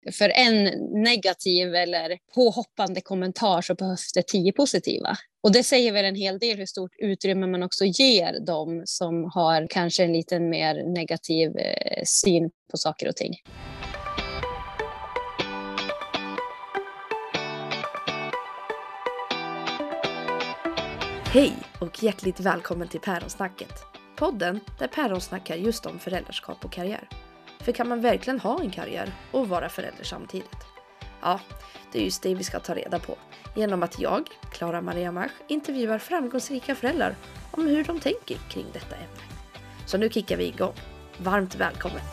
för en negativ eller påhoppande kommentar så behövs det 10 positiva. Och det säger väl en hel del hur stort utrymme man också ger dem som har kanske en lite mer negativ syn på saker och ting. Hej och hjärtligt välkommen till Päronsnacket. Podden där päron snackar just om föräldraskap och karriär. För kan man verkligen ha en karriär och vara förälder samtidigt? Ja, det är just det vi ska ta reda på. Genom att jag, Clara Maria Mach, intervjuar framgångsrika föräldrar om hur de tänker kring detta ämne. Så nu kickar vi igång. Varmt välkommen!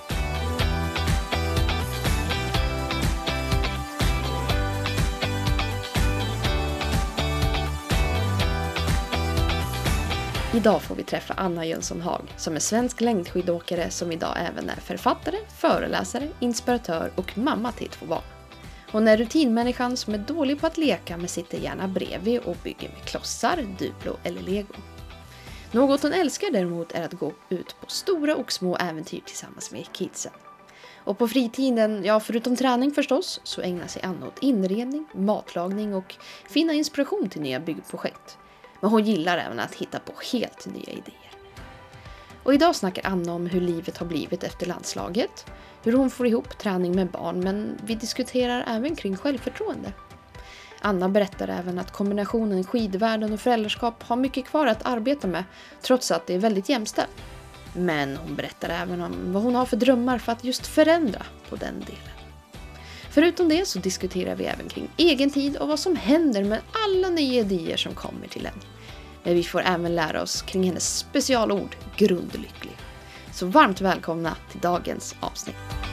Idag får vi träffa Anna Jönsson Hag som är svensk längdskidåkare som idag även är författare, föreläsare, inspiratör och mamma till 2 barn. Hon är rutinmänniskan som är dålig på att leka men sitter gärna bredvid och bygger med klossar, Duplo eller Lego. Något hon älskar däremot är att gå ut på stora och små äventyr tillsammans med kidsen. Och på fritiden, ja förutom träning förstås, så ägnar sig Anna åt inredning, matlagning och finna inspiration till nya byggprojekt. Men hon gillar även att hitta på helt nya idéer. Och idag snackar Anna om hur livet har blivit efter landslaget. Hur hon får ihop träning med barn, men vi diskuterar även kring självförtroende. Anna berättar även att kombinationen skidvärlden och föräldraskap har mycket kvar att arbeta med, trots att det är väldigt jämställt. Men hon berättar även om vad hon har för drömmar för att just förändra på den delen. Förutom det så diskuterar vi även kring egen tid och vad som händer med alla nya idéer som kommer till en. Men vi får även lära oss kring hennes specialord, grundlycklig. Så varmt välkomna till dagens avsnitt.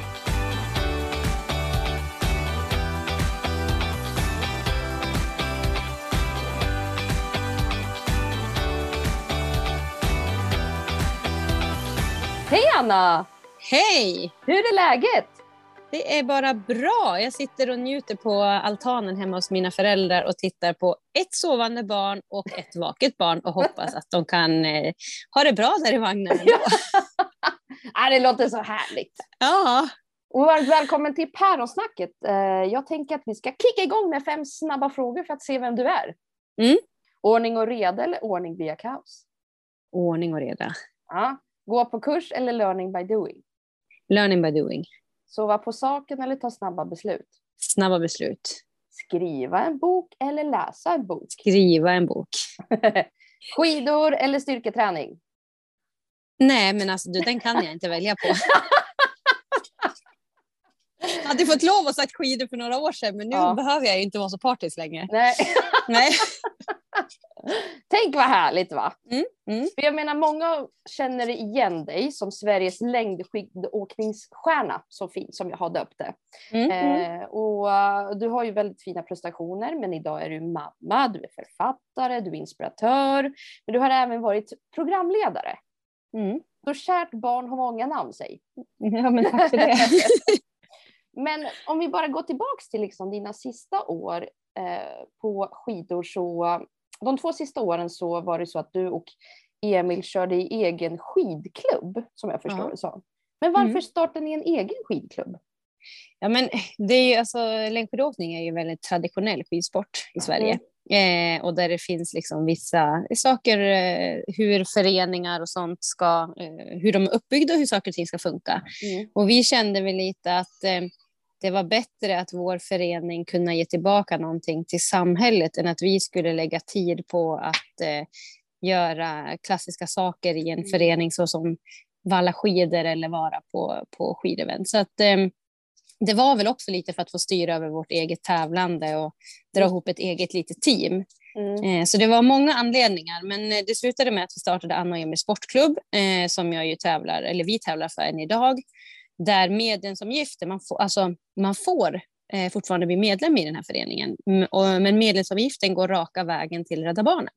Hej Anna! Hej! Hur är läget? Det är bara bra. Jag sitter och njuter på altanen hemma hos mina föräldrar och tittar på ett sovande barn och ett vaket barn och hoppas att de kan ha det bra där i vagnen. Ja, det låter så härligt. Ja. Och varmt välkommen till Päronsnacket. Jag tänker att vi ska kicka igång med 5 snabba frågor för att se vem du är. Mm. Ordning och reda eller ordning via kaos? Ordning och reda. Ja. Gå på kurs eller learning by doing? Learning by doing. Sova på saken eller ta snabba beslut? Snabba beslut. Skriva en bok eller läsa en bok? Skriva en bok. Skidor eller styrketräning? Nej, men alltså den kan jag inte välja på. Jag hade fått lov att sagt skidor för några år sedan, men nu behöver jag ju inte vara så partisk längre. Nej. Nej. Tänk vad härligt va? Mm. För jag menar, många känner igen dig som Sveriges längdskidåkningsstjärna, så fint som jag har döpt det. Och du har ju väldigt fina prestationer, men idag är du mamma, du är författare, du är inspiratör, men du har även varit programledare. Så kärt barn har många namn, säg. Ja, men tack för det. Men om vi bara går tillbaks till liksom dina sista år på skidor, så de 2 sista åren så var det så att du och Emil körde i egen skidklubb, som jag förstår det så. Men varför startade ni en egen skidklubb? Ja, men det är ju, alltså, längdskidåkning är ju en väldigt traditionell skidsport i Sverige. Och där det finns liksom vissa saker, hur föreningar och sånt ska, hur de är uppbyggda och hur saker och ting ska funka. Och vi kände väl lite att det var bättre att vår förening kunde ge tillbaka någonting till samhället än att vi skulle lägga tid på att göra klassiska saker i en förening såsom valla skidor eller vara på skidevent. Så att det var väl också lite för att få styra över vårt eget tävlande och dra ihop ett eget litet team. Så det var många anledningar, men det slutade med att vi startade Anna och Emil sportklubb som vi tävlar för än idag. Där medlemsavgifter, man får fortfarande bli medlem i den här föreningen. Men medlemsavgiften går raka vägen till Rädda Barnen.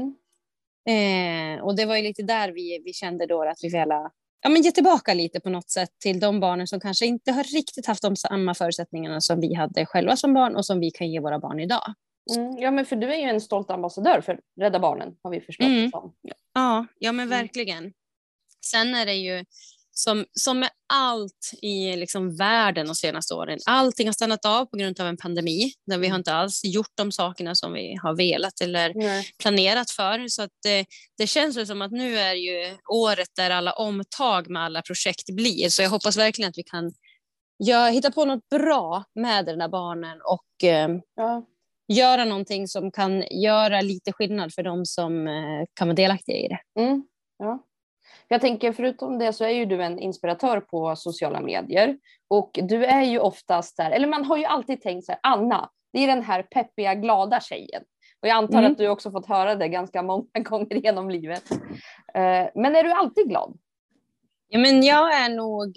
Och det var ju lite där vi kände då att vi ville ge tillbaka lite på något sätt till de barnen som kanske inte har riktigt haft de samma förutsättningarna som vi hade själva som barn och som vi kan ge våra barn idag. Ja, men för du är ju en stolt ambassadör för Rädda Barnen, har vi förstått det som. Ja, men verkligen. Sen är det ju som med allt i liksom världen de senaste åren. Allting har stannat av på grund av en pandemi. Där vi har inte alls gjort de sakerna som vi har velat eller planerat för. Så att det känns ju som att nu är ju året där alla omtag med alla projekt blir. Så jag hoppas verkligen att vi kan hitta på något bra med de där barnen och göra någonting som kan göra lite skillnad för dem som kan vara delaktiga i det. Ja. Jag tänker förutom det så är ju du en inspiratör på sociala medier. Och du är ju oftast där, eller man har ju alltid tänkt så här, Anna, det är den här peppiga, glada tjejen. Och jag antar att du också fått höra det ganska många gånger genom livet. Men är du alltid glad? Ja, men jag är nog...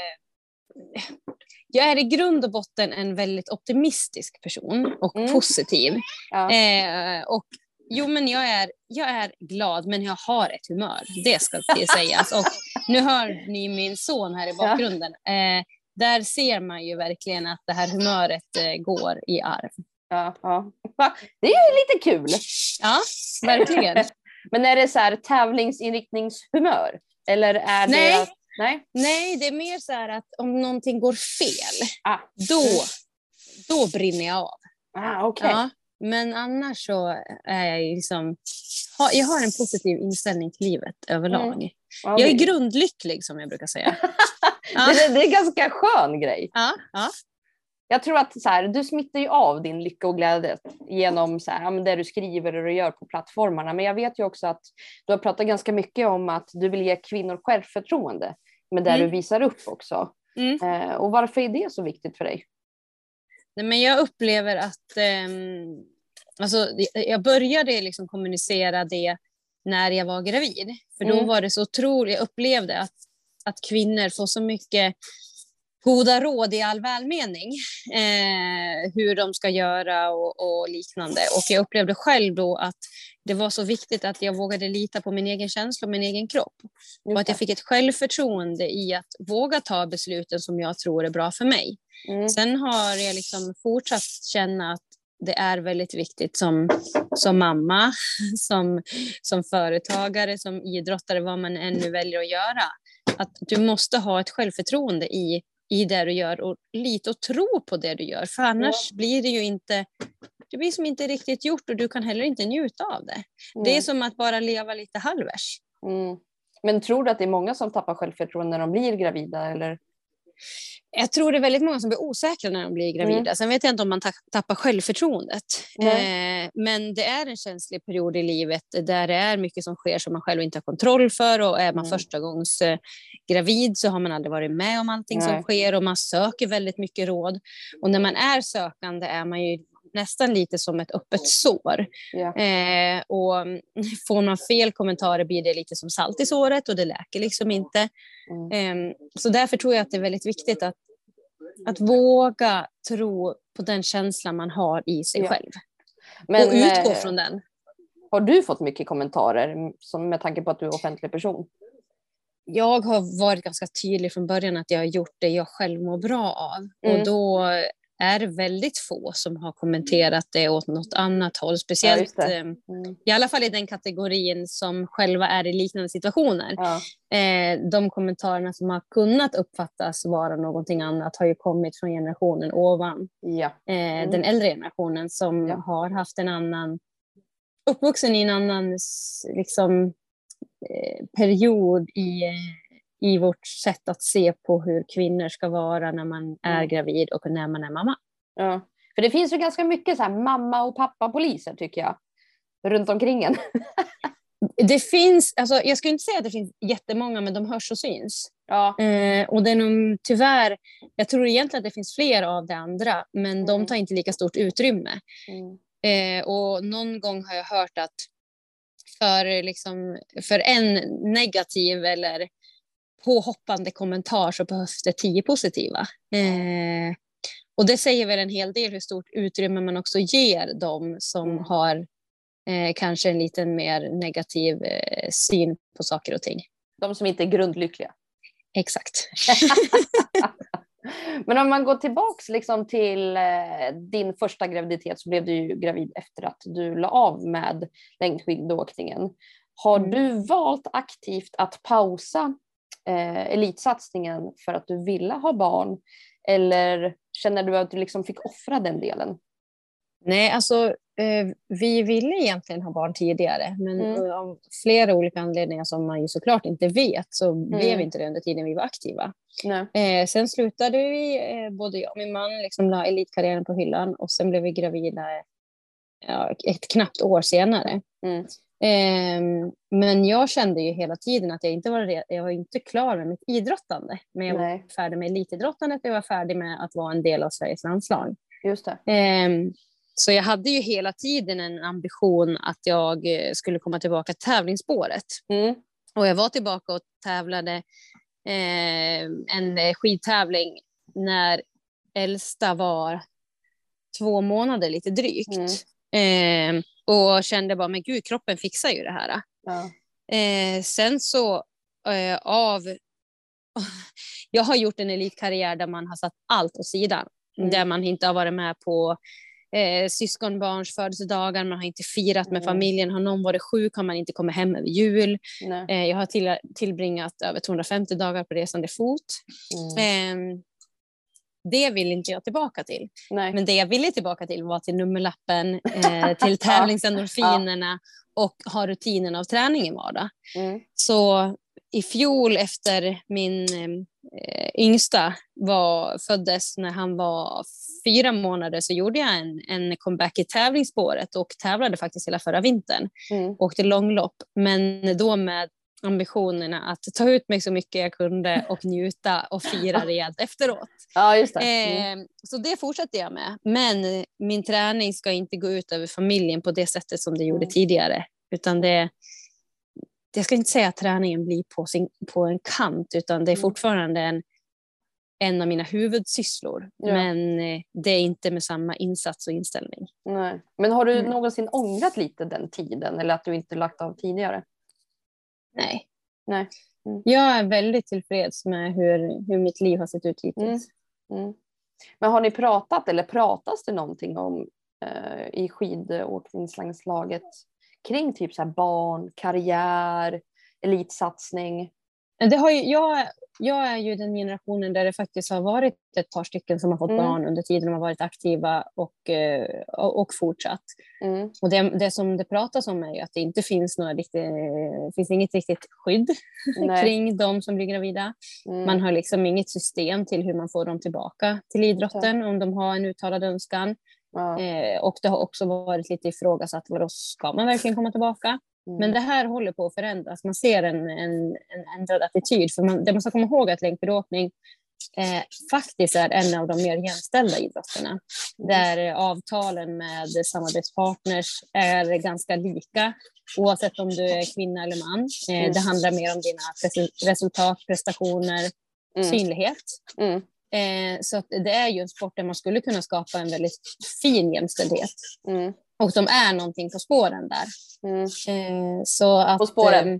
Jag är i grund och botten en väldigt optimistisk person och positiv. Ja. Jo, men jag är glad, men jag har ett humör. Det ska sägas. Och nu hör ni min son här i bakgrunden. Där ser man ju verkligen att det här humöret går i arv. Ja. Det är ju lite kul. Ja, verkligen. Men är det så här tävlingsinriktningshumör? Eller är det... Nej, det är mer så här att om någonting går fel, då brinner jag av. Okay. Ja, men annars så är jag liksom... Jag har en positiv inställning till livet överlag. Jag är grundlycklig, som jag brukar säga. Det är en ganska skön grej. Ja. Jag tror att så här, du smittar ju av din lycka och glädje genom så här, det du skriver och du gör på plattformarna. Men jag vet ju också att du har pratat ganska mycket om att du vill ge kvinnor självförtroende. Men där du visar upp också. Och varför är det så viktigt för dig? Nej, men jag upplever att jag började liksom kommunicera det när jag var gravid. För då var det så otroligt, jag upplevde att kvinnor får så mycket goda råd i all välmening. Hur de ska göra och liknande. Och jag upplevde själv då att det var så viktigt att jag vågade lita på min egen känsla och min egen kropp. Och att jag fick ett självförtroende i att våga ta besluten som jag tror är bra för mig. Sen har jag liksom fortsatt känna att det är väldigt viktigt som mamma, som företagare, som idrottare, vad man ännu väljer att göra. Att du måste ha ett självförtroende i det du gör och lite och tro på det du gör. För annars blir det ju inte... Det blir som inte riktigt gjort och du kan heller inte njuta av det. Det är som att bara leva lite halvvärs. Men tror du att det är många som tappar självförtroende när de blir gravida? Eller? Jag tror det är väldigt många som blir osäkra när de blir gravida. Sen vet jag inte om man tappar självförtroendet. Men det är en känslig period i livet där det är mycket som sker som man själv inte har kontroll för. Och är man första gångs gravid så har man aldrig varit med om allting som sker. Och man söker väldigt mycket råd. Och när man är sökande är man ju nästan lite som ett öppet sår. Och får man fel kommentarer blir det lite som salt i såret och det läker liksom inte. Så därför tror jag att det är väldigt viktigt att våga tro på den känslan man har i sig själv. Och utgå från den. Har du fått mycket kommentarer med tanke på att du är offentlig person? Jag har varit ganska tydlig från början att jag har gjort det jag själv mår bra av. Och då är det väldigt få som har kommenterat det åt något annat håll. Speciellt i alla fall i den kategorin som själva är i liknande situationer. De kommentarerna som har kunnat uppfattas vara någonting annat har ju kommit från generationen ovan. Den äldre generationen som har haft en annan... Uppvuxen i en annan liksom, period i vårt sätt att se på hur kvinnor ska vara när man är gravid och när man är mamma. Ja, för det finns ju ganska mycket så här mamma- och pappa-poliser tycker jag, runt omkring en. Det finns, alltså, jag skulle inte säga att det finns jättemånga, men de hörs och syns. Och det är nog tyvärr, jag tror egentligen att det finns fler av det andra, men de tar inte lika stort utrymme. Och någon gång har jag hört att för en negativ eller påhoppande kommentar så behövs det 10 positiva. Och det säger väl en hel del hur stort utrymme man också ger dem som har kanske en lite mer negativ syn på saker och ting. De som inte är grundlyckliga. Exakt. Men om man går tillbaks liksom till din första graviditet, så blev du ju gravid efter att du la av med längdskidåkningen. Har du valt aktivt att pausa elitsatsningen för att du ville ha barn? Eller känner du att du liksom fick offra den delen? Nej, alltså vi ville egentligen ha barn tidigare, men av flera olika anledningar som man ju såklart inte vet så blev inte det under tiden vi var aktiva. Sen slutade vi, både jag och min man liksom la elitkarriären på hyllan och sen blev vi gravida ett knappt år senare. Men jag kände ju hela tiden att jag var inte klar med mitt idrottande, men jag var färdig med elitidrottandet, jag var färdig med att vara en del av Sveriges landslag. Just det. Så jag hade ju hela tiden en ambition att jag skulle komma tillbaka till tävlingsspåret. Och jag var tillbaka och tävlade en skidtävling när äldsta var 2 månader lite drygt. Och kände bara, men gud, kroppen fixar ju det här. Sen så jag har gjort en elitkarriär där man har satt allt åt sidan. Där man inte har varit med på syskonbarns födelsedagar, man har inte firat med familjen, har någon varit sjuk har man inte kommit hem över jul. Jag har tillbringat över 250 dagar på resande fot. Det vill inte jag tillbaka till. Men det jag ville tillbaka till var till nummerlappen, till tävlingsendorfinerna och ha rutinen av träning i vardag. Så i fjol efter min yngsta föddes när han var 4 månader så gjorde jag en comeback i tävlingsspåret och tävlade faktiskt hela förra vintern. Åkte långlopp, men då med ambitionerna att ta ut mig så mycket jag kunde och njuta och fira rejält efteråt. Ja, just det. Så det fortsätter jag med. Men min träning ska inte gå ut över familjen på det sättet som det gjorde tidigare. Utan jag ska inte säga att träningen blir på en kant, utan det är fortfarande en av mina huvudsysslor. Men det är inte med samma insats och inställning. Nej. Men har du någonsin ångrat lite den tiden? Eller att du inte lagt av tidigare? Nej. Jag är väldigt tillfreds med hur mitt liv har sett ut hittills. Men har ni pratat eller pratas det någonting om i skidåkningslandslaget kring typ så här barn, karriär, elitsatsning? Jag är ju den generationen där det faktiskt har varit ett par stycken som har fått barn under tiden de har varit aktiva och fortsatt. Och det som det pratas om är ju att det inte finns finns inget riktigt skydd kring de som blir gravida. Man har liksom inget system till hur man får dem tillbaka till idrotten om de har en uttalad önskan. Och det har också varit lite ifrågasatt, ska man verkligen komma tillbaka? Men det här håller på att förändras. Man ser en ändrad attityd. För det man ska komma ihåg att längdskidåkning faktiskt är en av de mer jämställda idrotterna. Där avtalen med samarbetspartners är ganska lika. Oavsett om du är kvinna eller man. Det handlar mer om dina resultat, prestationer, synlighet. Så att det är ju en sport där man skulle kunna skapa en väldigt fin jämställdhet. Och de är någonting på spåren där. Så att, på spåren?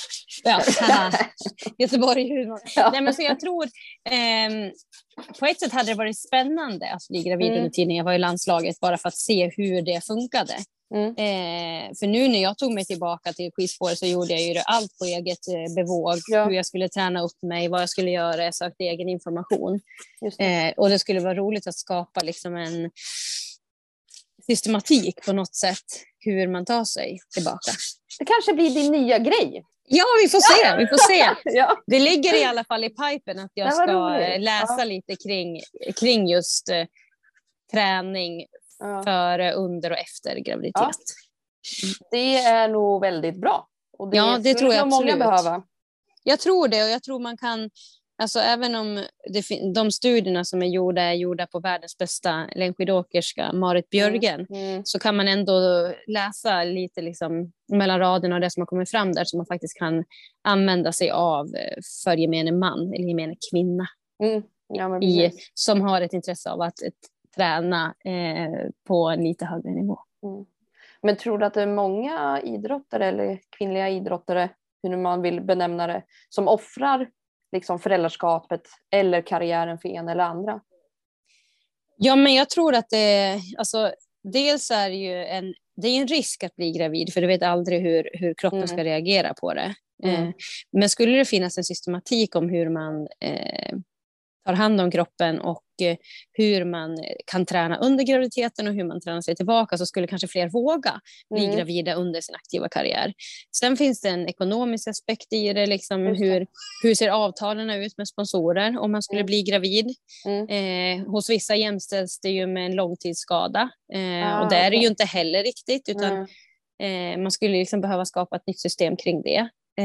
Göteborg humor. Nej, men så jag tror på ett sätt hade det varit spännande att bli gravid under tiden jag var i landslaget, bara för att se hur det funkade. För nu när jag tog mig tillbaka till skidspåret så gjorde jag ju allt på eget bevåg. Hur jag skulle träna upp mig, vad jag skulle göra, jag sökte egen information. Och det skulle vara roligt att skapa liksom en systematik på något sätt hur man tar sig tillbaka. Det kanske blir din nya grej. Ja, vi får se. Det ligger i alla fall i pipen att jag ska läsa lite kring just träning före, under och efter graviditet. Det är nog väldigt bra. Och det tror jag många behöva. Jag tror det, och jag tror man kan, alltså även om de studierna som är gjorda på världens bästa längdskidåkerska Marit Björgen, så kan man ändå läsa lite liksom mellan raderna och det som har kommit fram där, som man faktiskt kan använda sig av för gemene man eller gemene kvinna som har ett intresse av att träna på en lite högre nivå. Men tror du att det är många idrottare eller kvinnliga idrottare, hur man vill benämna det, som offrar liksom föräldraskapet eller karriären för en eller andra? Ja, men jag tror att det, alltså, dels är det ju det är en risk att bli gravid, för du vet aldrig hur kroppen ska reagera på det. Men skulle det finnas en systematik om hur man tar hand om kroppen och hur man kan träna under graviditeten och hur man tränar sig tillbaka, så skulle kanske fler våga bli gravida under sin aktiva karriär. Sen finns det en ekonomisk aspekt i det, liksom hur ser avtalen ut med sponsorer om man skulle bli gravid. Hos vissa jämställs det ju med en långtidsskada och det är det ju inte heller riktigt, utan man skulle liksom behöva skapa ett nytt system kring det.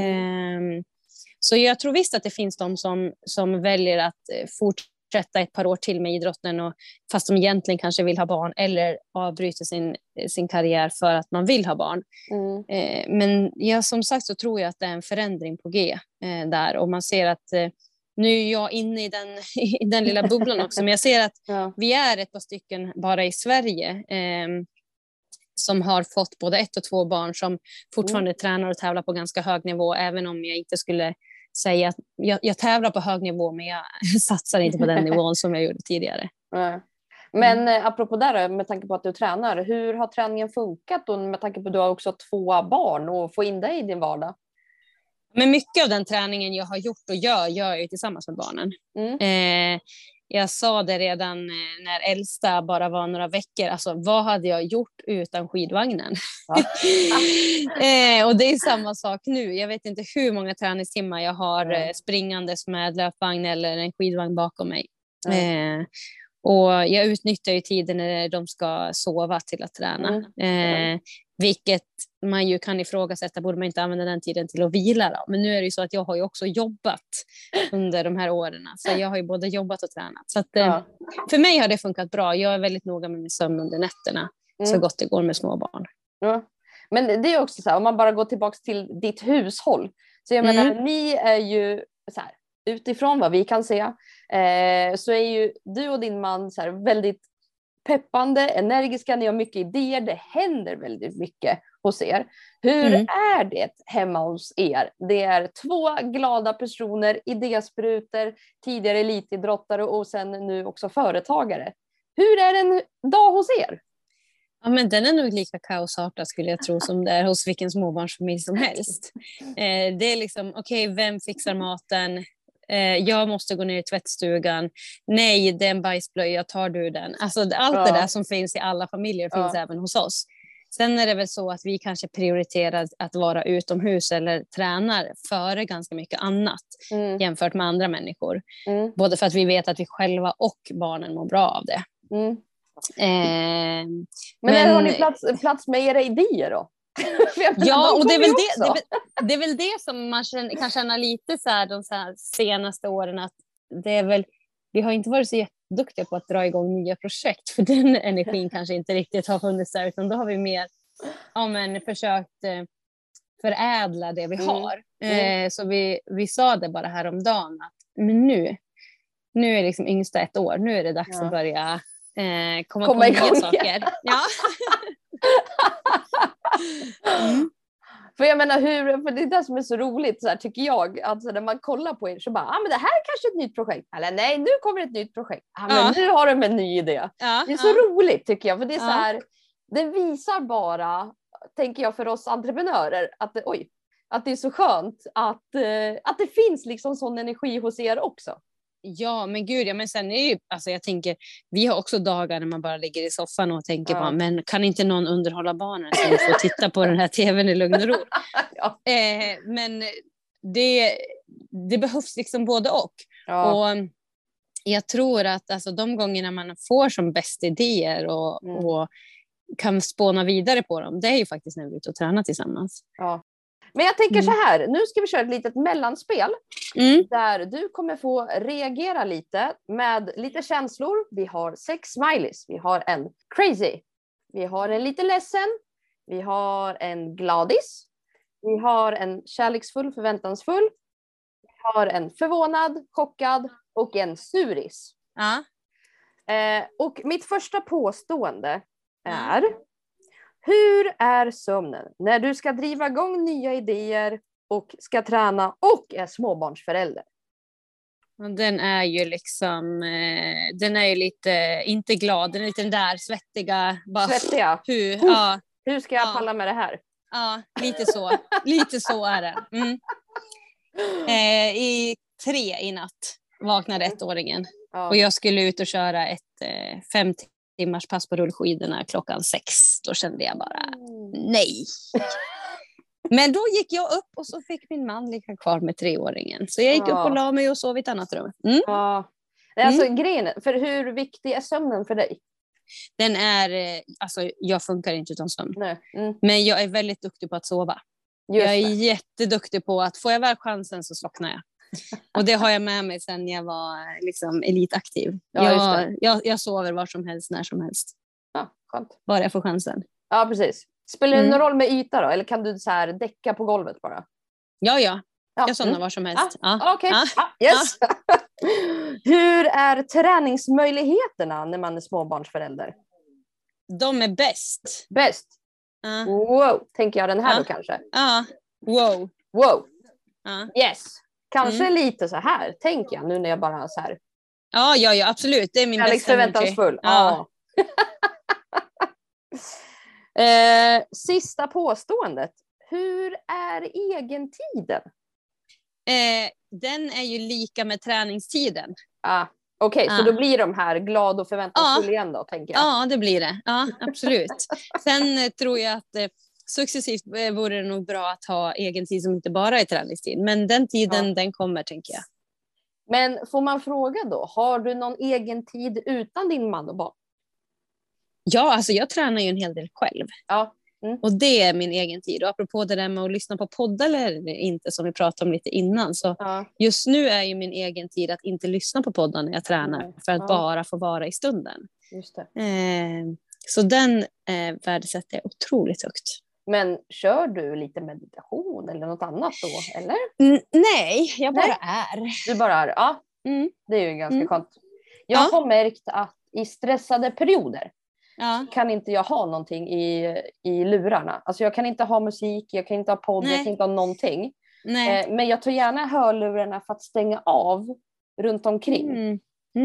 Så jag tror visst att det finns de som väljer att fortsätta ett par år till med idrotten, och fast de egentligen kanske vill ha barn, eller avbryter sin karriär för att man vill ha barn. Men som sagt så tror jag att det är en förändring på G där, och man ser att nu är jag inne i den lilla bubblan också, men jag ser att vi är ett par stycken bara i Sverige som har fått både 1 och 2 barn, som fortfarande tränar och tävlar på ganska hög nivå, även om jag inte skulle säga att jag tävlar på hög nivå, men jag satsar inte på den nivån som jag gjorde tidigare. Men apropå där, med tanke på att du tränar, hur har träningen funkat då, med tanke på att du har också 2 barn och få in dig i din vardag? Men mycket av den träningen jag har gjort och gör jag ju tillsammans med barnen. Jag sa det redan när äldsta bara var några veckor. Alltså, vad hade jag gjort utan skidvagnen? Och det är samma sak nu. Jag vet inte hur många träningstimmar jag har springandes med löpvagn eller en skidvagn bakom mig. Och jag utnyttjar ju tiden när de ska sova till att träna. Vilket man ju kan ifrågasätta, borde man inte använda den tiden till att vila då? Men nu är det ju så att jag har ju också jobbat under de här åren. Så jag har ju både jobbat och tränat. Så att, för mig har det funkat bra. Jag är väldigt noga med min sömn under nätterna. Så gott det går med små barn. Men det är också så här, om man bara går tillbaka till ditt hushåll. Så jag menar, ni är ju så här, utifrån vad vi kan se, så är ju du och din man så här väldigt peppande, energiska, ni har mycket idéer, det händer väldigt mycket hos er. Hur är det hemma hos er? Det är 2 glada personer, idésprutor, tidigare elitidrottare och sen nu också företagare. Hur är en dag hos er? Ja, men den är nog lika kaosartad skulle jag tro som det är hos vilken småbarnsfamilj som helst. Det är liksom, okej, vem fixar maten? Jag måste gå ner i tvättstugan. Nej, det är en bajsblöja, tar du den? Alltså allt det där som finns i alla familjer finns även hos oss. Sen är det väl så att vi kanske prioriterar att vara utomhus eller tränar före ganska mycket annat jämfört med andra människor. Både för att vi vet att vi själva och barnen mår bra av det. Men har ni plats med era idéer då? Ja, och det är väl det som man kan känna lite så här de så här senaste åren, att det är väl, vi har inte varit så jätteduktiga på att dra igång nya projekt, för den energin kanske inte riktigt har funnits där, utan då har vi mer försökt förädla det vi har. Så vi sa det bara häromdagen att men nu är liksom yngsta 1 år, nu är det dags att börja komma på nya saker. Ja. För jag menar, för det är det som är så roligt så här, tycker jag, att när man kollar på er så bara, men det här är kanske ett nytt projekt, eller nej, nu kommer ett nytt projekt, men nu har de en ny idé. Det är så roligt tycker jag, för det är så här, det visar bara, tänker jag, för oss entreprenörer att det är så skönt att det finns liksom sån energi hos er också. Ja, men gud, ja, men sen är ju, alltså jag tänker, vi har också dagar när man bara ligger i soffan och tänker på, men kan inte någon underhålla barnen så vi får titta på den här tvn i lugn och ro? Men det behövs liksom både och. Och jag tror att alltså, de gångerna man får som bäst idéer och kan spåna vidare på dem, det är ju faktiskt när vi är ute och tränar tillsammans. Men jag tänker så här, nu ska vi köra ett litet mellanspel där du kommer få reagera lite med lite känslor. Vi har 6 smileys, vi har en crazy, vi har en lite ledsen, vi har en gladis, vi har en kärleksfull, förväntansfull, vi har en förvånad, chockad och en suris. Och mitt första påstående är: hur är sömnen när du ska driva igång nya idéer och ska träna och är småbarnsförälder? Den är ju liksom, den är ju lite, inte glad, den är lite den där svettiga. Svettiga? Hur ska jag Ja. palla med det här? Ja, lite så. Lite så är det. I 3 i natt vaknade 1-åringen. Ja. Och jag skulle ut och köra ett 5 timmars pass på rullskidorna klockan 6. Då kände jag bara, nej. Men då gick jag upp och så fick min man ligga kvar med 3-åringen. Så jag gick upp och la mig och sov i ett annat rum. Ja. Alltså grejen, för hur viktig är sömnen för dig? Den är, alltså jag funkar inte utan sömn. Nej. Men jag är väldigt duktig på att sova. Just Jag är det. jätteduktig på att får jag väl chansen så slocknar jag. Och det har jag med mig sedan jag var liksom elitaktiv. Ja, Jag sover var som helst, när som helst. Ja, skönt. Bara jag får chansen. Ja, precis. Spelar det någon roll med yta då? Eller kan du så här däcka på golvet bara? Ja. Jag somnar var som helst. Okej. Yes. Hur är träningsmöjligheterna när man är småbarnsförälder? De är bäst. Bäst? Wow, tänker jag den här då kanske? Ja, wow. Yes. Kanske lite så här, tänker jag nu när jag bara så här. Ja, absolut. Det är min bästa förväntansfull. Ja. Sista påståendet. Hur är egentiden? Den är ju lika med träningstiden. Okej, så då blir de här glad och förväntansfull igen då, tänker jag. Ja, det blir det. Ja, absolut. Sen tror jag att successivt vore det nog bra att ha egen tid som inte bara är träningstid. Men den tiden, den kommer, tänker jag. Men får man fråga då, har du någon egen tid utan din man och barn? Ja, alltså jag tränar ju en hel del själv. Ja. Och det är min egen tid. Och apropå det där med att lyssna på poddar eller inte, som vi pratade om lite innan. Så just nu är ju min egen tid att inte lyssna på poddar när jag tränar. För att bara få vara i stunden. Just det. Så den värdesätter jag otroligt högt. Men kör du lite meditation eller något annat då, eller? Nej, jag bara är. Du bara är, ja. Det är ju ganska skönt. Jag har märkt att i stressade perioder kan inte jag ha någonting i lurarna. Alltså jag kan inte ha musik, jag kan inte ha podd, jag kan inte ha någonting. Men jag tar gärna hörlurarna för att stänga av runt omkring.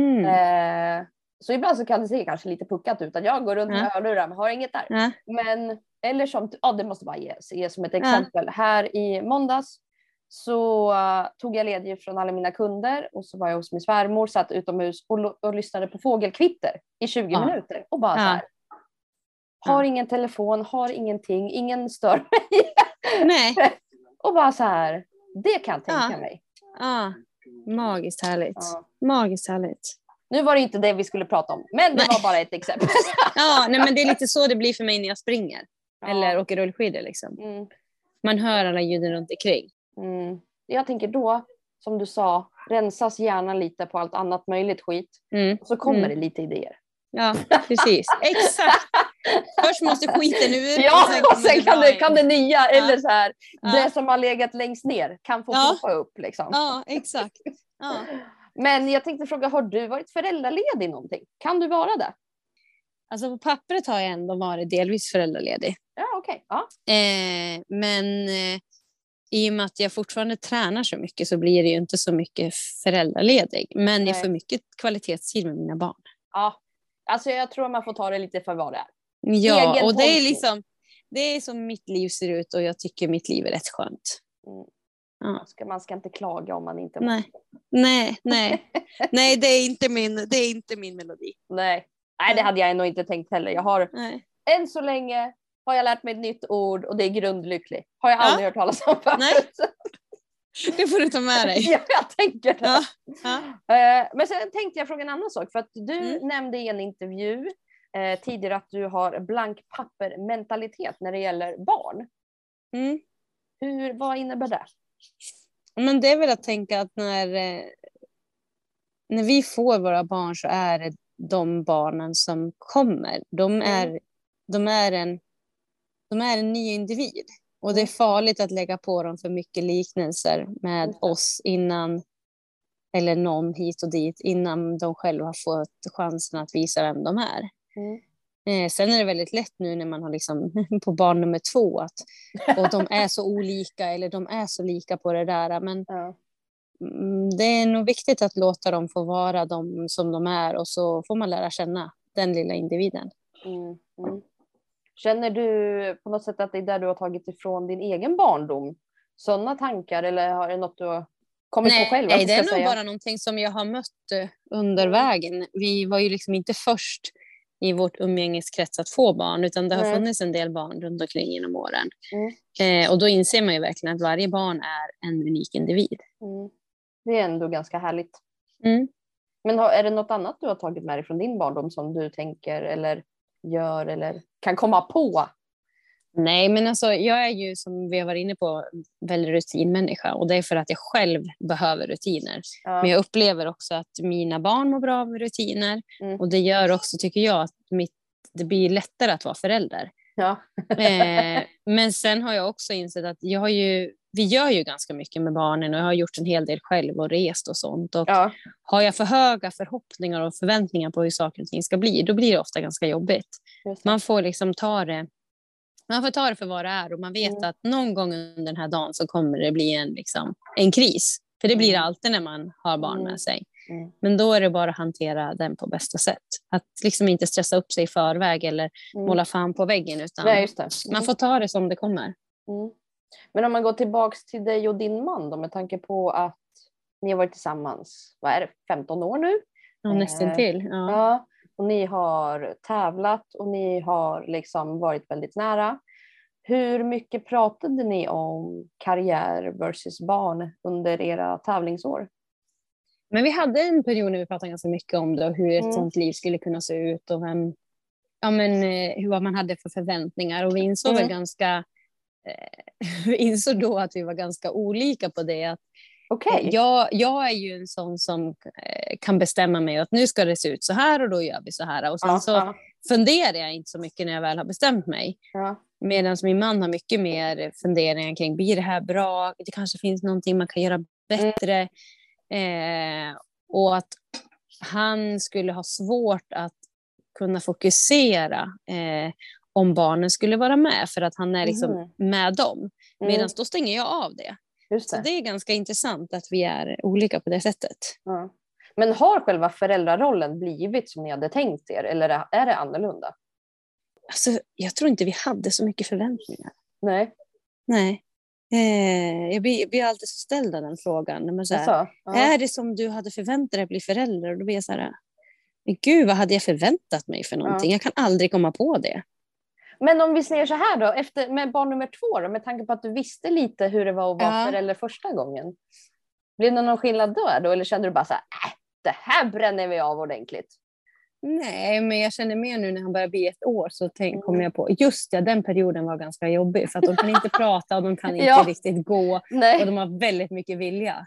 Så ibland så kan det se kanske lite puckat ut att jag går runt med hörlurar men har inget där. Men, eller som, det måste bara ge som ett exempel. Här i måndags så tog jag ledigt från alla mina kunder och så var jag hos min svärmor, satt utomhus och lyssnade på fågelkvitter i 20 minuter. Och bara så här, har ingen telefon, har ingenting, ingen stör mig. Nej. Och bara så här, det kan jag tänka mig. Magiskt härligt. Magiskt härligt. Nu var det inte det vi skulle prata om, men det var bara ett exempel. Men det är lite så det blir för mig när jag springer. Eller åker rullskidor liksom. Man hör alla ljuden runt omkring. Jag tänker då, som du sa, rensas gärna lite på allt annat möjligt skit. Och så kommer det lite idéer. Ja, precis. Exakt. Först måste skiten ur. Och sen kan det nya, eller så här, det som har legat längst ner kan få ploppa upp. Liksom. Ja, exakt. Men jag tänkte fråga, har du varit föräldraledig någonting? Kan du vara det? Alltså på pappret har jag ändå varit delvis föräldraledig. Ja, okej. Men i och med att jag fortfarande tränar så mycket så blir det ju inte så mycket föräldraledig. Men jag får mycket kvalitetstid med mina barn. Ja, alltså jag tror man får ta det lite för vad det är. Ja, och det är liksom, det är som mitt liv ser ut och jag tycker mitt liv är rätt skönt. Man ska inte klaga om man inte måste. Nej, det är inte min melodi. Nej, det hade jag nog inte tänkt heller. Än så länge har jag lärt mig ett nytt ord och det är grundlycklig. Har jag aldrig hört talas om förut. Nej. Det får du ta med dig. Ja, jag tänker det. Men sen tänkte jag fråga en annan sak. För att du nämnde i en intervju tidigare att du har blank papper-mentalitet när det gäller barn. Vad innebär det? Men det är väl att tänka att när vi får våra barn så är det de barnen som kommer. De är en ny individ. Och det är farligt att lägga på dem för mycket liknelser med oss innan, eller någon hit och dit, innan de själva har fått chansen att visa vem de är. Sen är det väldigt lätt nu när man har liksom på barn nummer 2 och de är så olika eller de är så lika på det där. Men det är nog viktigt att låta dem få vara de som de är och så får man lära känna den lilla individen. Känner du på något sätt att det är där du har tagit ifrån din egen barndom? Sådana tankar, eller har det något du har kommit på själv? Nej, det är nog bara någonting som jag har mött under vägen. Vi var ju liksom inte först i vårt umgängeskrets att få barn, utan det har funnits en del barn runt omkring genom åren. Och då inser man ju verkligen att varje barn är en unik individ. Det är ändå ganska härligt. Men är det något annat du har tagit med dig från din barndom som du tänker eller gör eller kan komma på? Nej, men alltså, jag är ju, som vi har varit inne på, väldigt rutinmänniska, och det är för att jag själv behöver rutiner. Men jag upplever också att mina barn mår bra av rutiner, och det gör också, tycker jag, att det blir lättare att vara förälder. Men sen har jag också insett att vi gör ju ganska mycket med barnen, och jag har gjort en hel del själv och rest och sånt. Och har jag för höga förhoppningar och förväntningar på hur saker och ting ska bli, då blir det ofta ganska jobbigt. Man får liksom ta det för vad det är, och man vet att någon gång under den här dagen så kommer det bli en kris. För det blir det alltid när man har barn med sig. Men då är det bara att hantera den på bästa sätt. Att liksom inte stressa upp sig i förväg eller måla fan på väggen, utan man får ta det som det kommer. Men om man går tillbaks till dig och din man då, med tanke på att ni har varit tillsammans, vad är det, 15 år nu? Ja, nästan till. Ja. Och ni har tävlat och ni har liksom varit väldigt nära. Hur mycket pratade ni om karriär versus barn under era tävlingsår? Men vi hade en period när vi pratade ganska mycket om det, och hur ett sånt liv skulle kunna se ut, och vad man hade för förväntningar. Och vi insåg väl vi insåg då att vi var ganska olika på det. Att jag är ju en sån som kan bestämma mig att nu ska det se ut så här, och då gör vi så här. Och sen så funderar jag inte så mycket när jag väl har bestämt mig. Medan min man har mycket mer funderingar kring, blir det här bra? Det kanske finns någonting man kan göra bättre. Och att han skulle ha svårt att kunna fokusera om barnen skulle vara med, för att han är liksom med dem. Medan då stänger jag av det. Så det är ganska intressant att vi är olika på det sättet. Men har själva föräldrarollen blivit som ni hade tänkt er, eller är det annorlunda? Alltså, jag tror inte vi hade så mycket förväntningar. Nej. Jag blir alltid så ställd av den frågan. När man är det som du hade förväntat dig att bli förälder? Och då blir jag så här, men gud, vad hade jag förväntat mig för någonting? Jag kan aldrig komma på det. Men om vi säger så här då, med barn nummer 2 då, med tanke på att du visste lite hur det var att vara förälder första gången. Blev det någon skillnad då? Eller kände du bara så här, det här bränner vi av ordentligt? Nej, men jag känner mer nu när han börjar bli 1 år, så kommer jag på, just det, den perioden var ganska jobbig, för att de kan inte prata och de kan inte riktigt gå. Och de har väldigt mycket vilja.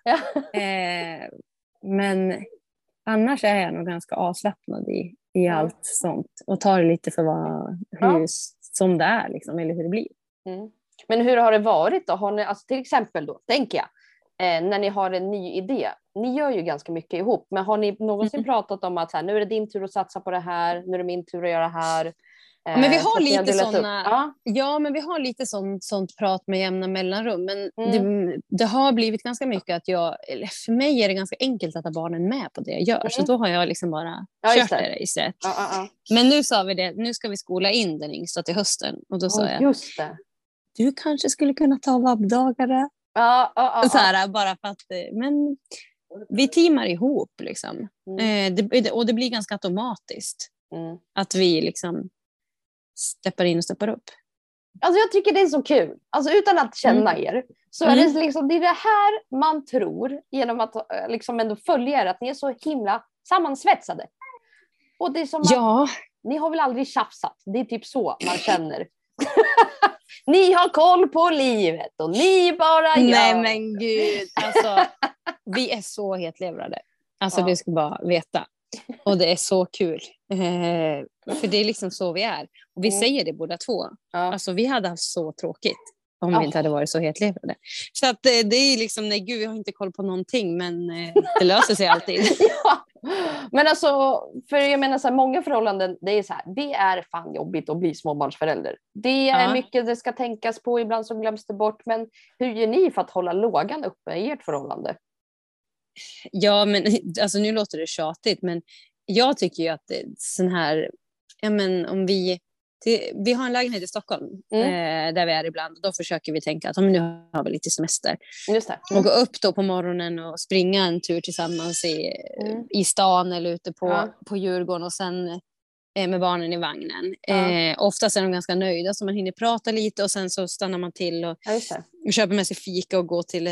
Men annars är jag nog ganska avslappnad i allt sånt, och tar det lite för hur som det är liksom, eller hur det blir. Men hur har det varit då? Har ni, alltså till exempel då, tänker jag, när ni har en ny idé, ni gör ju ganska mycket ihop, men har ni någonsin pratat om att så här, nu är det din tur att satsa på det här, nu är det min tur att göra det här? Men vi har lite sådana, men vi har lite sånt prat med jämna mellanrum, men det har blivit ganska mycket att för mig är det ganska enkelt att ha barnen med på det jag gör, så då har jag liksom bara kört det i sätt. Men nu sa vi det, nu ska vi skola in den yngsta till hösten, och då sa jag, just det, du kanske skulle kunna ta vabbdagare. Så här, bara för att, men vi teamar ihop liksom. Och det blir ganska automatiskt att vi liksom steppar in och steppar upp. Alltså jag tycker det är så kul. Alltså utan att känna er, så är det liksom, det är det här man tror, genom att liksom ändå följa er, att ni är så himla sammansvetsade. Och det är som att ni har väl aldrig tjafsat. Det är typ så man känner. Ni har koll på livet och ni bara gör. Nej men gud, alltså vi är så hetlevrade. Alltså du ska bara veta. Och det är så kul. För det är liksom så vi är. Och vi säger det båda två. Alltså vi hade haft så tråkigt om vi inte hade varit så hetlevrade. Så att det är liksom, nej gud, jag har inte koll på någonting, men det löser sig alltid. Men alltså, för jag menar så här, många förhållanden, det är så här, det är fan jobbigt att bli småbarnsförälder. Det är mycket det ska tänkas på, ibland så glöms det bort. Men hur gör ni för att hålla lågan uppe i ert förhållande? Ja, men alltså nu låter det tjatigt, men jag tycker ju att det är sån här, om vi vi har en lägenhet i Stockholm där vi är ibland. Då försöker vi tänka att nu har vi lite semester. Just det. Och gå upp då på morgonen och springa en tur tillsammans i stan eller ute på Djurgården och sen med barnen i vagnen. Oftast är de ganska nöjda så man hinner prata lite och sen så stannar man till och köper med sig fika och går till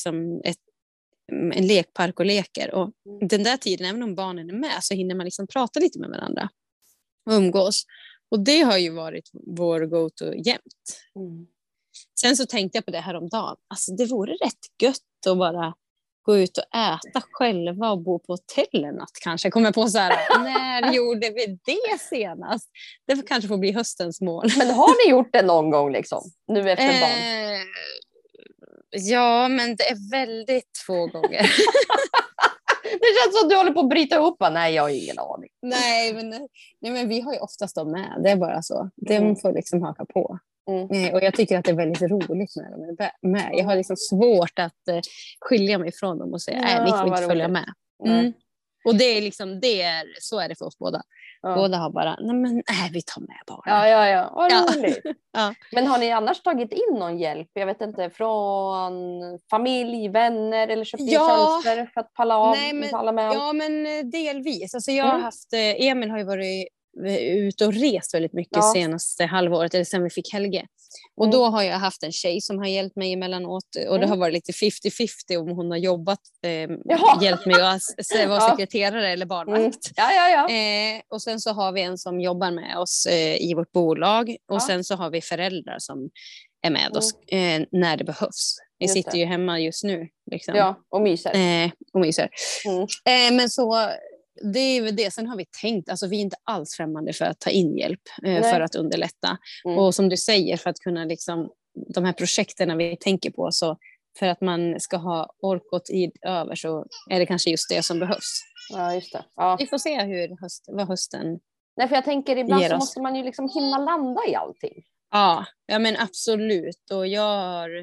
en lekpark och leker. Och den där tiden, även om barnen är med, så hinner man liksom prata lite med varandra och umgås. Och det har ju varit vår go-to jämt. Sen så tänkte jag på det här om dagen. Alltså det vore rätt gött att bara gå ut och äta själva och bo på hotell en natt kanske. Kommer på så här, när gjorde vi det senast? Det kanske får bli höstens mål. Men har ni gjort det någon gång liksom? Nu efter barn? Ja, men det är väldigt få gånger. Det känns som att du håller på att bryta ihop. Nej, jag har ingen aning. Nej, men vi har ju oftast dem med. Det är bara så. De får liksom haka på. Och jag tycker att det är väldigt roligt när de är med. Jag har liksom svårt att skilja mig från dem och säga ni får inte följa med. Och det är liksom, så är det för oss båda. Båda har bara, vi tar med bara. Ja. Vad roligt. Men har ni annars tagit in någon hjälp? Jag vet inte, från familj, vänner eller köpt in tjänster för att palla med? Ja, men delvis. Alltså jag har haft, Emil har ju varit ute och rest väldigt mycket senaste halvåret, eller sen vi fick Helge. Och då har jag haft en tjej som har hjälpt mig emellanåt och det har varit lite 50-50 om hon har jobbat, hjälpt mig att vara sekreterare eller barnvakt. Och sen så har vi en som jobbar med oss i vårt bolag och sen så har vi föräldrar som är med oss när det behövs. Vi sitter ju hemma just nu. Liksom. Ja, och myser. Men så... Det är väl det. Sen har vi tänkt, alltså vi är inte alls främmande för att ta in hjälp för att underlätta. Och som du säger, för att kunna liksom, de här projekten vi tänker på, så för att man ska ha ork och tid över så är det kanske just det som behövs. Ja, just det. Ja. Vi får se vad hösten. Nej, för jag tänker ibland så måste man ju liksom hinna landa i allting. Ja, men absolut. Och jag har,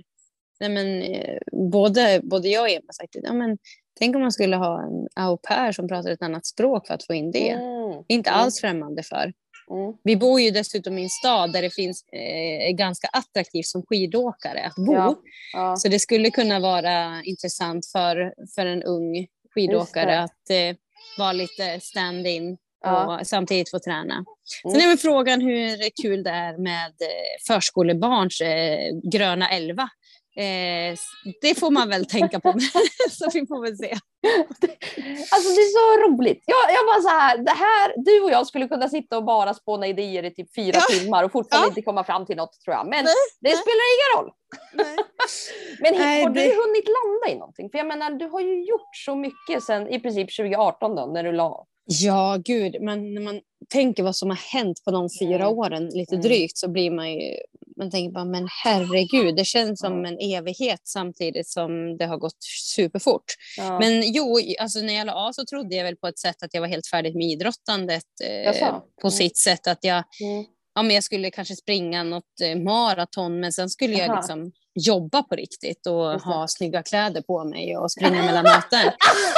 både jag och Emma sagt att tänk om man skulle ha en au pair som pratar ett annat språk för att få in det. Inte alls främmande för. Vi bor ju dessutom i en stad där det finns ganska attraktivt som skidåkare att bo. Så det skulle kunna vara intressant för en ung skidåkare att vara lite stand-in och samtidigt få träna. Sen är väl frågan hur kul det är med förskolebarns gröna 11. Det får man väl tänka på. Så vi får väl se. Alltså det är så roligt. Jag bara så här, du och jag skulle kunna sitta och bara spåna idéer i typ 4 timmar och fortfarande inte komma fram till något, tror jag. Men det spelar ingen roll. Men har du hunnit landa i någonting? För jag menar, du har ju gjort så mycket sedan i princip 2018 då, när du la. Ja, gud. Men när man tänker vad som har hänt på de 4 åren, lite drygt, så blir man tänker bara, men herregud, det känns som en evighet samtidigt som det har gått superfort. Men alltså när jag la av så trodde jag väl på ett sätt att jag var helt färdig med idrottandet på sitt sätt, att men jag skulle kanske springa något maraton, men sen skulle jag liksom jobba på riktigt och ha snygga kläder på mig och springa mellan möten.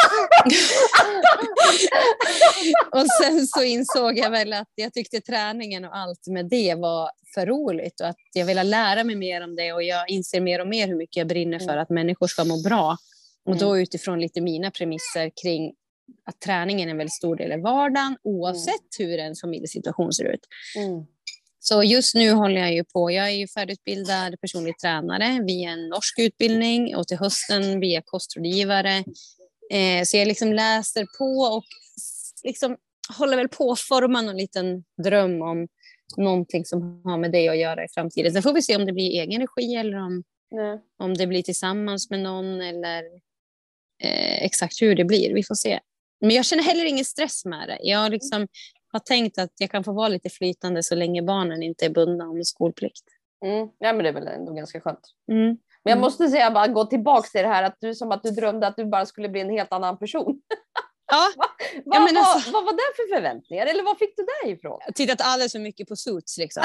Och sen så insåg jag väl att jag tyckte träningen och allt med det var för roligt och att jag ville lära mig mer om det, och jag inser mer och mer hur mycket jag brinner för att människor ska må bra. Och då utifrån lite mina premisser kring att träningen är en väldigt stor del av vardagen oavsett hur en familjesituation ser ut. Så just nu håller jag ju på, jag är ju färdigutbildad personlig tränare via en norsk utbildning och till hösten via kostrådgivare. Så jag liksom läser på och liksom håller väl på att forma någon liten dröm om någonting som har med det att göra i framtiden. Sen får vi se om det blir egen regi eller om det blir tillsammans med någon eller exakt hur det blir. Vi får se. Men jag känner heller ingen stress med det. Jag liksom har tänkt att jag kan få vara lite flytande så länge barnen inte är bundna om skolplikt. Ja, men det är väl ändå ganska skönt. Men jag måste säga, bara gå tillbaka till det här att du drömde att du bara skulle bli en helt annan person. Vad var det för förväntningar? Eller vad fick du det ifrån? Jag tittat alldeles för mycket på Suits liksom.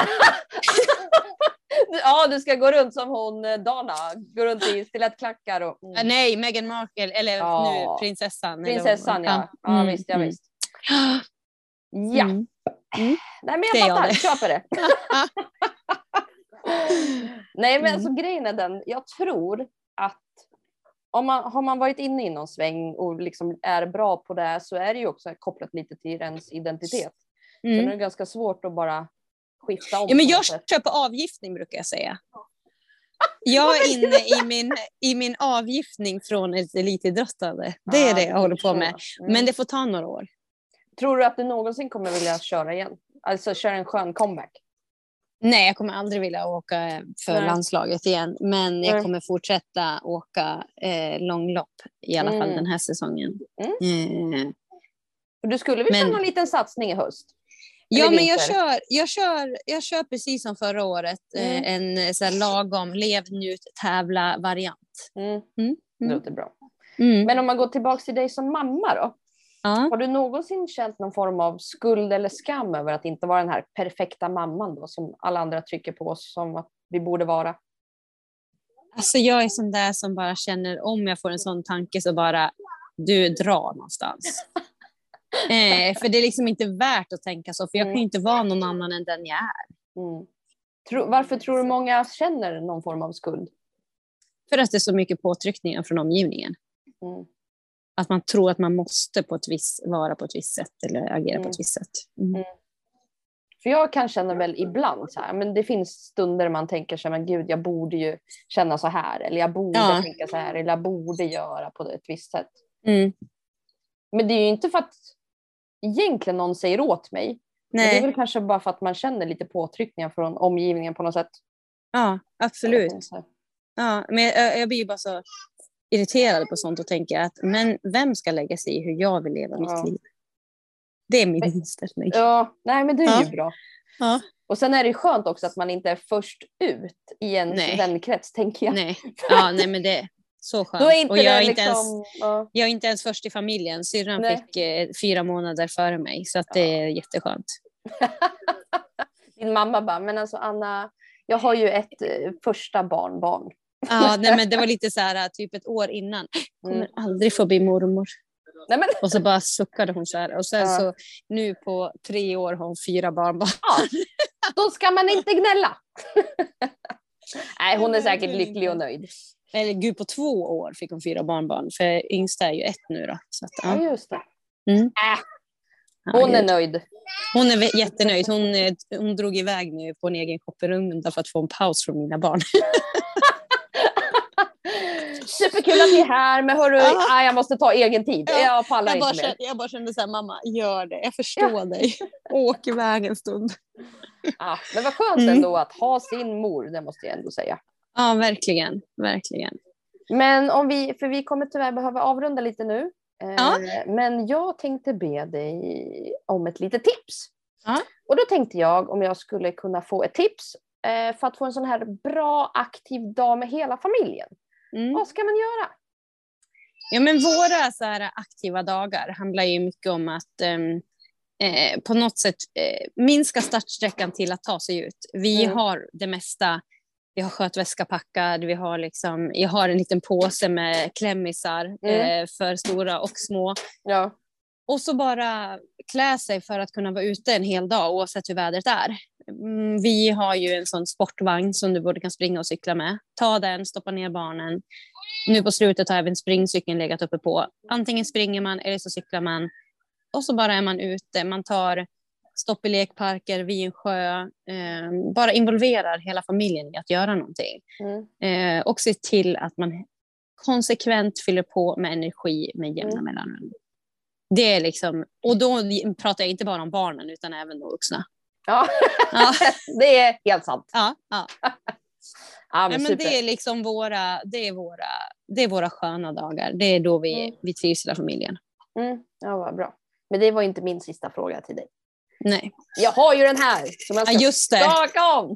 Ja, du ska gå runt som hon Dana, gå runt i stilettklackar och nej, Meghan Markle eller nu prinsessan. Prinsessan, eller ja. Ja, visst. Ja. Nej, men jag fattar. Köper det. Nej, men alltså grejen är den. Jag tror att har man varit inne i någon sväng och liksom är bra på det, så är det ju också kopplat lite till ens identitet. Så det är ganska svårt att bara skifta om. Ja, men jag köper avgiftning, brukar jag säga. Jag är inne i min avgiftning från ett elitidrottande. Det är det jag håller på med. Men det får ta några år. Tror du att du någonsin kommer vilja köra igen? Alltså köra en skön comeback? Nej, jag kommer aldrig vilja åka för landslaget igen. Men jag kommer fortsätta åka långlopp. I alla fall den här säsongen. Du skulle väl köra en liten satsning i höst? Ja, men jag kör precis som förra året. En så här lagom lev, njut, tävla variant. Det låter bra. Men om man går tillbaka till dig som mamma då. Har du någonsin känt någon form av skuld eller skam över att inte vara den här perfekta mamman då, som alla andra trycker på oss som att vi borde vara? Alltså jag är sån där som bara känner, om jag får en sån tanke så bara, du drar någonstans. För det är liksom inte värt att tänka så, för jag kan ju inte vara någon annan än den jag är. Varför tror du många känner någon form av skuld? För att det är så mycket påtryckningar från omgivningen. Att man tror att man måste vara på ett visst sätt eller agera på ett visst sätt. För jag kan känna väl ibland så här, men det finns stunder man tänker sig, men gud, jag borde ju känna så här, eller jag borde tänka så här, eller jag borde göra på ett visst sätt. Men det är ju inte för att egentligen någon säger åt mig. Men det är väl kanske bara för att man känner lite påtryckningar från omgivningen på något sätt. Ja, absolut. Ja, men jag blir ju bara så irriterad på sånt och tänker att, men vem ska lägga sig i hur jag vill leva mitt liv? Det är min inställning. Ja, nej, men det är ju bra. Ja. Och sen är det ju skönt också att man inte är först ut i en vänkrets, tänker jag. Nej, men det är så skönt. Och jag är inte ens först i familjen. Syrran fick 4 månader före mig, så att det är jätteskönt. Din mamma bara, men alltså Anna, jag har ju ett första barnbarn. Ja, nej, men det var lite så här, typ ett år innan. Kommer aldrig få bli mormor. Nej, men... Och så bara suckade hon så här. Och sen så nu på 3 år har hon 4 barnbarn. Ja, då ska man inte gnälla. Nej, hon är säkert lycklig och nöjd. Eller gud, på 2 år fick hon 4 barnbarn. För yngsta är ju 1 nu då. Så att, ja, just det. Hon är nöjd. Hon är jättenöjd. Hon drog iväg nu på en egen kopperunda för att få en paus från mina barn. Superkul att ni är här, men hörru, jag måste ta egen tid. Jag pallar inte mer. Jag bara kände så här, mamma, gör det. Jag förstår dig. Åk iväg en stund. Ja, men vad skönt ändå att ha sin mor, det måste jag ändå säga. Ja, verkligen. Verkligen. Men för vi kommer tyvärr behöva avrunda lite nu. Men jag tänkte be dig om ett litet tips. Och då tänkte jag om jag skulle kunna få ett tips för att få en sån här bra aktiv dag med hela familjen. Vad ska man göra? Ja, men våra så här aktiva dagar handlar ju mycket om att på något sätt minska startsträckan till att ta sig ut. Vi har det mesta. Vi har skötväska packad. Jag har en liten påse med klämmisar för stora och små. Ja. Och så bara klä sig för att kunna vara ute en hel dag oavsett hur vädret är. Vi har ju en sån sportvagn som du både kan springa och cykla med. Ta den, stoppa ner barnen. Nu på slutet har även springcykeln legat uppe på. Antingen springer man eller så cyklar man. Och så bara är man ute. Man tar stopp i lekparker vid en sjö. Bara involverar hela familjen i att göra någonting. Och se till att man konsekvent fyller på med energi med jämna mellanrum. Det är liksom, och då pratar jag inte bara om barnen utan även de vuxna. Ja. Det är helt sant. Ja. Men det är liksom våra sköna dagar. Det är då vi trivs hela familjen. Ja, vad bra. Men det var inte min sista fråga till dig. Nej. Jag har ju den här som jag ska skaka om.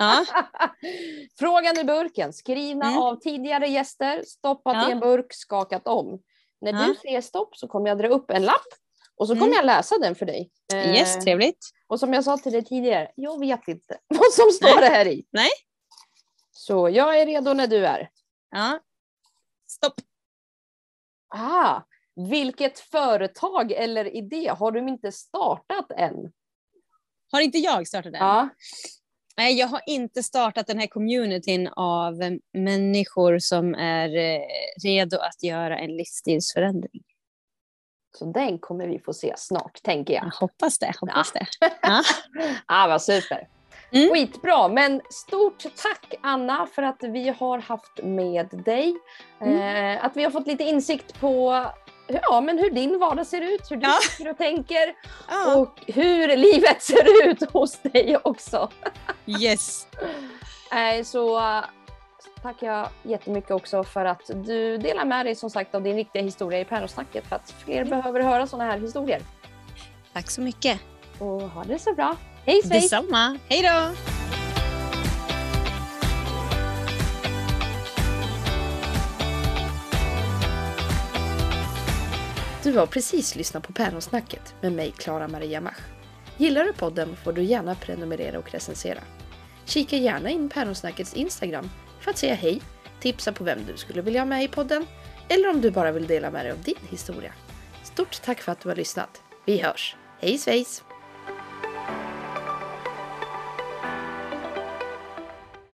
Frågan i burken, skrivna av tidigare gäster, stoppat i en burk, skakat om. När du säger stopp så kommer jag dra upp en lapp och så kommer jag läsa den för dig. Yes, trevligt. Och som jag sa till dig tidigare, jag vet inte vad som står det här i. Nej. Så jag är redo när du är. Ja. Stopp. Vilket företag eller idé har du inte startat än? Har inte jag startat den? Ja. Nej, jag har inte startat den här communityn av människor som är redo att göra en livsstilsförändring. Så den kommer vi få se snart, tänker jag. Jag hoppas det. Ja, vad super. Skitbra, men stort tack Anna för att vi har haft med dig. Att vi har fått lite insikt på hur din vardag ser ut, hur du tycker och tänker och hur livet ser ut hos dig också. Yes. Så tackar jag jättemycket också för att du delar med dig som sagt av din riktiga historia i Päronsnacket, för att fler behöver höra sådana här historier. Tack så mycket. Och ha det så bra. Hej svej! Detsamma. Hej då! Du har precis lyssnat på Päronsnacket med mig, Clara Maria Mach. Gillar du podden får du gärna prenumerera och recensera. Kika gärna in Päronsnackets Instagram för att säga hej, tipsa på vem du skulle vilja ha med i podden eller om du bara vill dela med dig av din historia. Stort tack för att du har lyssnat. Vi hörs. Hej svejs!